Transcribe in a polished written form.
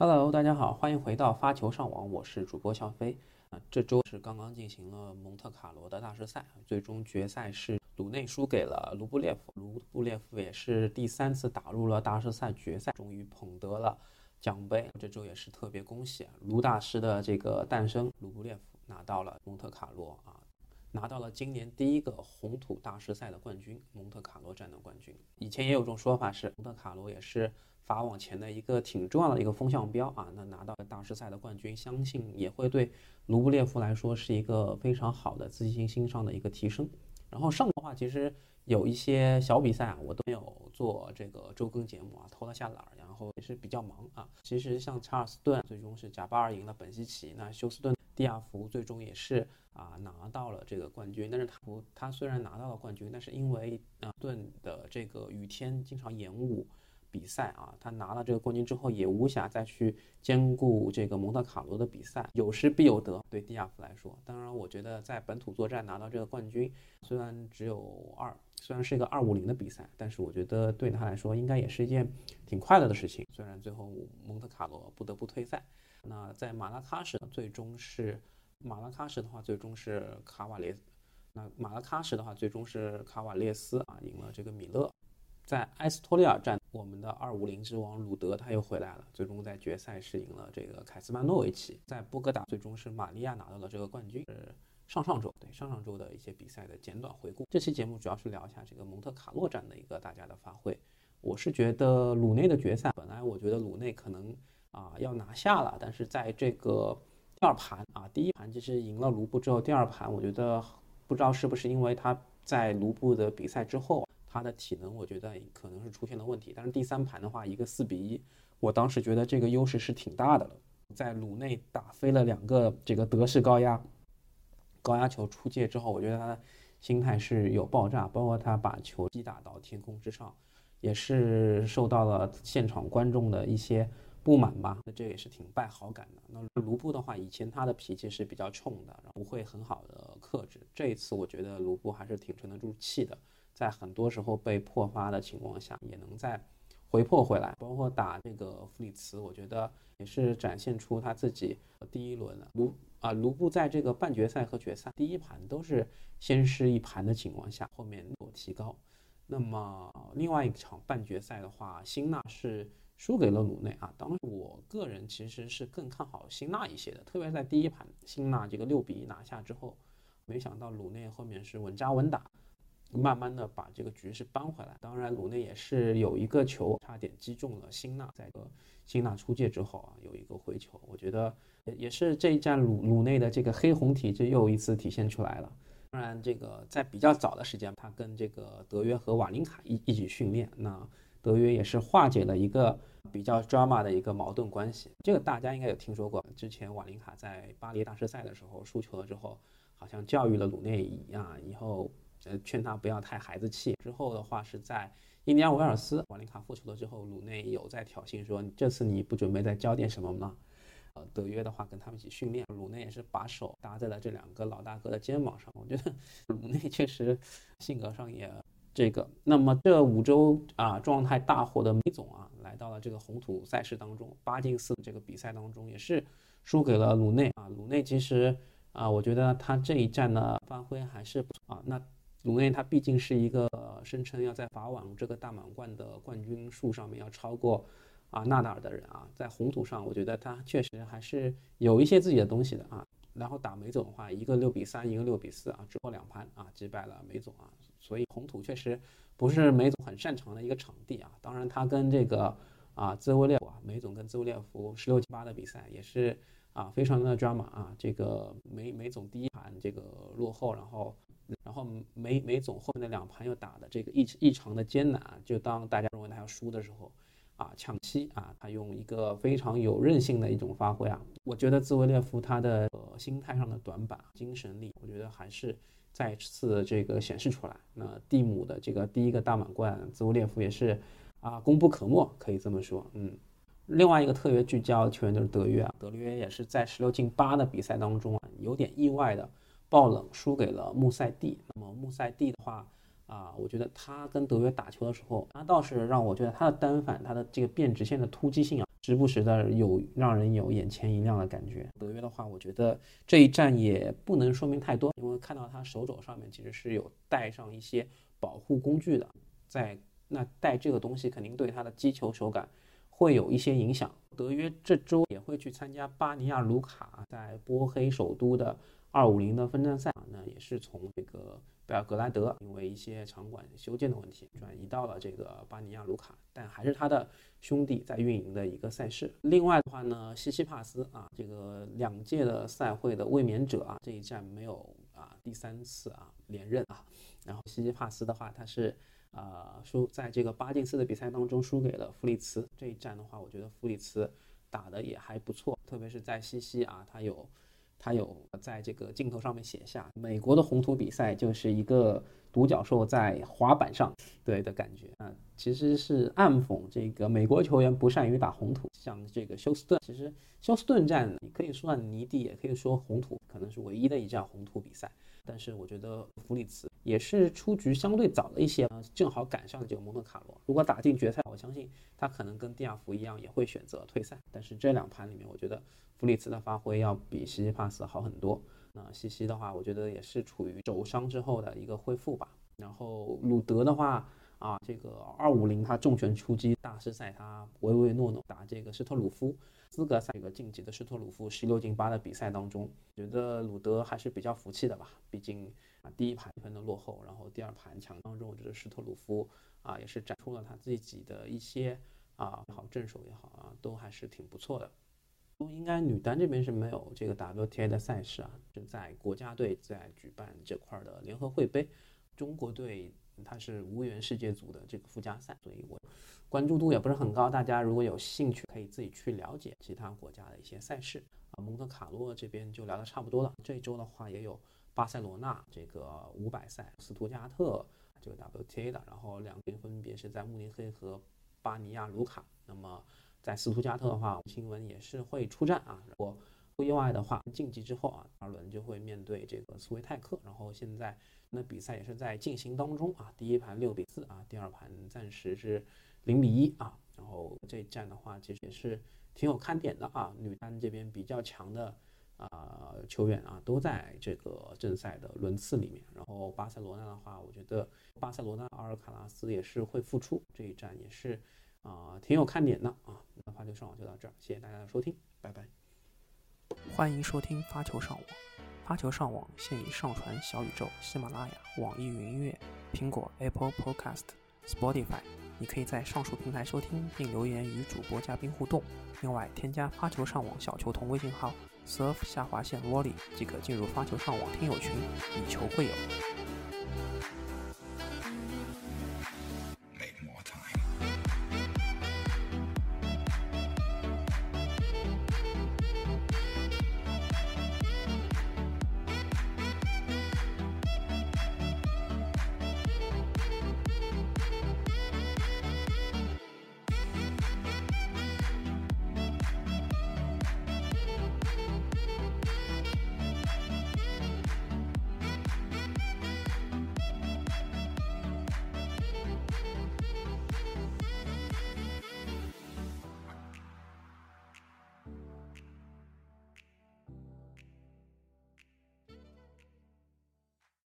Hello，大家好，欢迎回到发球上网，我是主播向飞。这周是刚刚进行了蒙特卡罗的大师赛，最终决赛是鲁内输给了卢布列夫，卢布列夫也是第3次打入了大师赛决赛，终于捧得了奖杯。这周也是特别恭喜卢大师的这个诞生，卢布列夫拿到了蒙特卡罗拿到了今年第一个红土大师赛的冠军，蒙特卡罗站的冠军。以前也有种说法是，蒙特卡罗也是法网前的一个挺重要的一个风向标那拿到大师赛的冠军，相信也会对卢布列夫来说是一个非常好的自信心上的一个提升。然后上周的话，其实有一些小比赛我都没有做这个周更节目偷了下懒，然后也是比较忙其实像查尔斯顿最终是贾巴尔赢了本西奇，那休斯顿蒂亚福最终也是拿到了这个冠军。但是他虽然拿到了冠军，但是因为顿的这个雨天经常延误比赛他拿了这个冠军之后也无暇再去兼顾这个蒙特卡罗的比赛，有失必有得，对蒂亚福来说。当然我觉得在本土作战拿到这个冠军，虽然是一个250的比赛，但是我觉得对他来说应该也是一件挺快乐的事情。虽然最后蒙特卡罗不得不退赛，那在马拉喀什的话最终是卡瓦列斯赢了这个米勒。在埃斯托利亚站，我们的250之王鲁德他又回来了，最终在决赛是赢了这个凯斯曼诺维奇。在波哥达最终是玛利亚拿到了这个冠军。上上周的一些比赛的简短回顾。这期节目主要是聊一下这个蒙特卡洛站的一个大家的发挥。我是觉得鲁内的决赛，本来我觉得鲁内可能要拿下了，但是在这个第二盘第一盘其实赢了卢布之后，第二盘我觉得不知道是不是因为他在卢布的比赛之后他的体能我觉得可能是出现了问题，但是第3盘的话一个4-1，我当时觉得这个优势是挺大的了。在鲁内打飞了2个这个德式高压球出界之后，我觉得他的心态是有爆炸，包括他把球击打到天空之上，也是受到了现场观众的一些不满吧，那这也是挺败好感的。那卢布的话，以前他的脾气是比较冲的，然后不会很好的克制，这一次我觉得卢布还是挺沉得住气的，在很多时候被破发的情况下也能再回破回来，包括打这个弗里茨，我觉得也是展现出他自己第一轮卢布在这个半决赛和决赛第一盘都是先失一盘的情况下，后面有提高。那么另外一场半决赛的话，辛纳是输给了鲁内当时我个人其实是更看好辛纳一些的，特别在第一盘辛纳这个6-1拿下之后，没想到鲁内后面是稳扎稳打，慢慢的把这个局势扳回来。当然鲁内也是有一个球差点击中了辛纳，在辛纳出界之后有一个回球，我觉得也是这一战鲁内的这个黑红体质又一次体现出来了。当然这个在比较早的时间他跟这个德约和瓦林卡一起训练，那德约也是化解了一个比较 drama 的一个矛盾关系。这个大家应该有听说过，之前瓦林卡在巴黎大师赛的时候输球了之后，好像教育了鲁内以后劝他不要太孩子气。之后的话是在印第安维尔斯，瓦林卡复出了之后，鲁内有在挑衅说这次你不准备再教点什么吗？德约的话跟他们一起训练，鲁内也是把手搭在了这2个老大哥的肩膀上。我觉得鲁内确实性格上也这个。那么这5周状态大火的梅总来到了这个红土赛事当中，8进4这个比赛当中也是输给了鲁内鲁内其实我觉得他这一战的发挥还是不错那鲁内他毕竟是一个声称要在法网这个大满贯的冠军数上面要超过纳达尔的人在红土上我觉得他确实还是有一些自己的东西的然后打梅总的话，一个6-3，一个6-4只破2盘击败了梅总所以红土确实不是梅总很擅长的一个场地当然他跟这个兹维列夫梅总跟兹维列夫16-8的比赛也是非常的 drama 这个梅总第一盘这个落后，然后梅总后面的2盘又打的这个异常的艰难就当大家认为他要输的时候抢七他用一个非常有韧性的一种发挥我觉得兹维列夫他的心态上的短板精神力，我觉得还是再次这个显示出来。那蒂姆的这个第一个大满贯，兹维列夫也是功不可没，可以这么说。另外一个特别聚焦的球员就是德约德约也是在16-8的比赛当中有点意外的爆冷输给了穆塞蒂。那么穆塞蒂的话我觉得他跟德约打球的时候，他倒是让我觉得他的单反，他的这个变直线的突击性时不时的让人有眼前一亮的感觉。德约的话，我觉得这一战也不能说明太多，因为看到他手肘上面其实是有带上一些保护工具的，那带这个东西肯定对他的击球手感会有一些影响。德约这周也会去参加巴尼亚卢卡在波黑首都的250的分站赛，那也是从这个贝尔格莱德因为一些场馆修建的问题转移到了这个巴尼亚卢卡，但还是他的兄弟在运营的一个赛事。另外的话呢，西西帕斯这个2届的赛会的卫冕者这一站没有第3次连任然后西西帕斯的话，他是在这个8进4的比赛当中输给了弗里茨。这一战的话，我觉得弗里茨打的也还不错，特别是在西西他有在这个镜头上面写下美国的红土比赛就是一个独角兽在滑板上的感觉其实是暗讽这个美国球员不善于打红土。像这个休斯顿，其实休斯顿站你可以说泥地，也可以说红土，可能是唯一的一站红土比赛。但是我觉得弗里茨也是出局相对早了一些，正好赶上了这个蒙特卡罗。如果打进决赛，我相信他可能跟蒂亚福一样也会选择退赛。但是这2盘里面，我觉得弗里茨的发挥要比西西帕斯好很多。那西西的话，我觉得也是处于肘伤之后的一个恢复吧。然后鲁德的话这个250他重拳出击，大师赛他唯唯诺诺打这个施特鲁夫，资格赛这个晋级的施特鲁夫16进8的比赛当中，觉得鲁德还是比较服气的吧。毕竟第一盘1分的落后，然后第2盘强当中，我觉得施特鲁夫也是展出了他自己的一些也好正手也好都还是挺不错的。应该女单这边是没有这个 WTA 的赛事是在国家队在举办这块的联合会杯，中国队它是无缘世界组的这个附加赛，所以我关注度也不是很高。大家如果有兴趣，可以自己去了解其他国家的一些赛事蒙特卡洛这边就聊得差不多了。这一周的话也有巴塞罗那这个500赛，斯图加特这个 WTA 的，然后2边分别是在慕尼黑和巴尼亚卢卡。那么在斯图加特的话，新闻也是会出战如果不意外的话，晋级之后第2轮就会面对这个斯维泰克。然后现在那比赛也是在进行当中第一盘6比4第2盘暂时是0比1然后这一战的话，其实也是挺有看点的女单这边比较强的球员都在这个正赛的轮次里面。然后巴塞罗那的话，我觉得巴塞罗那阿尔卡拉斯也是会复出，这一战也是挺有看点的那发球上网就到这儿，谢谢大家的收听，拜拜。 欢迎收听发球上网。发球上网现已上传小宇宙、喜马拉雅、网易云音乐、苹果 Apple Podcast、Spotify， 你可以在上述平台收听并留言与主播嘉宾互动。另外，添加发球上网小球童微信号 surf_volley 即可进入发球上网听友群，以球会友。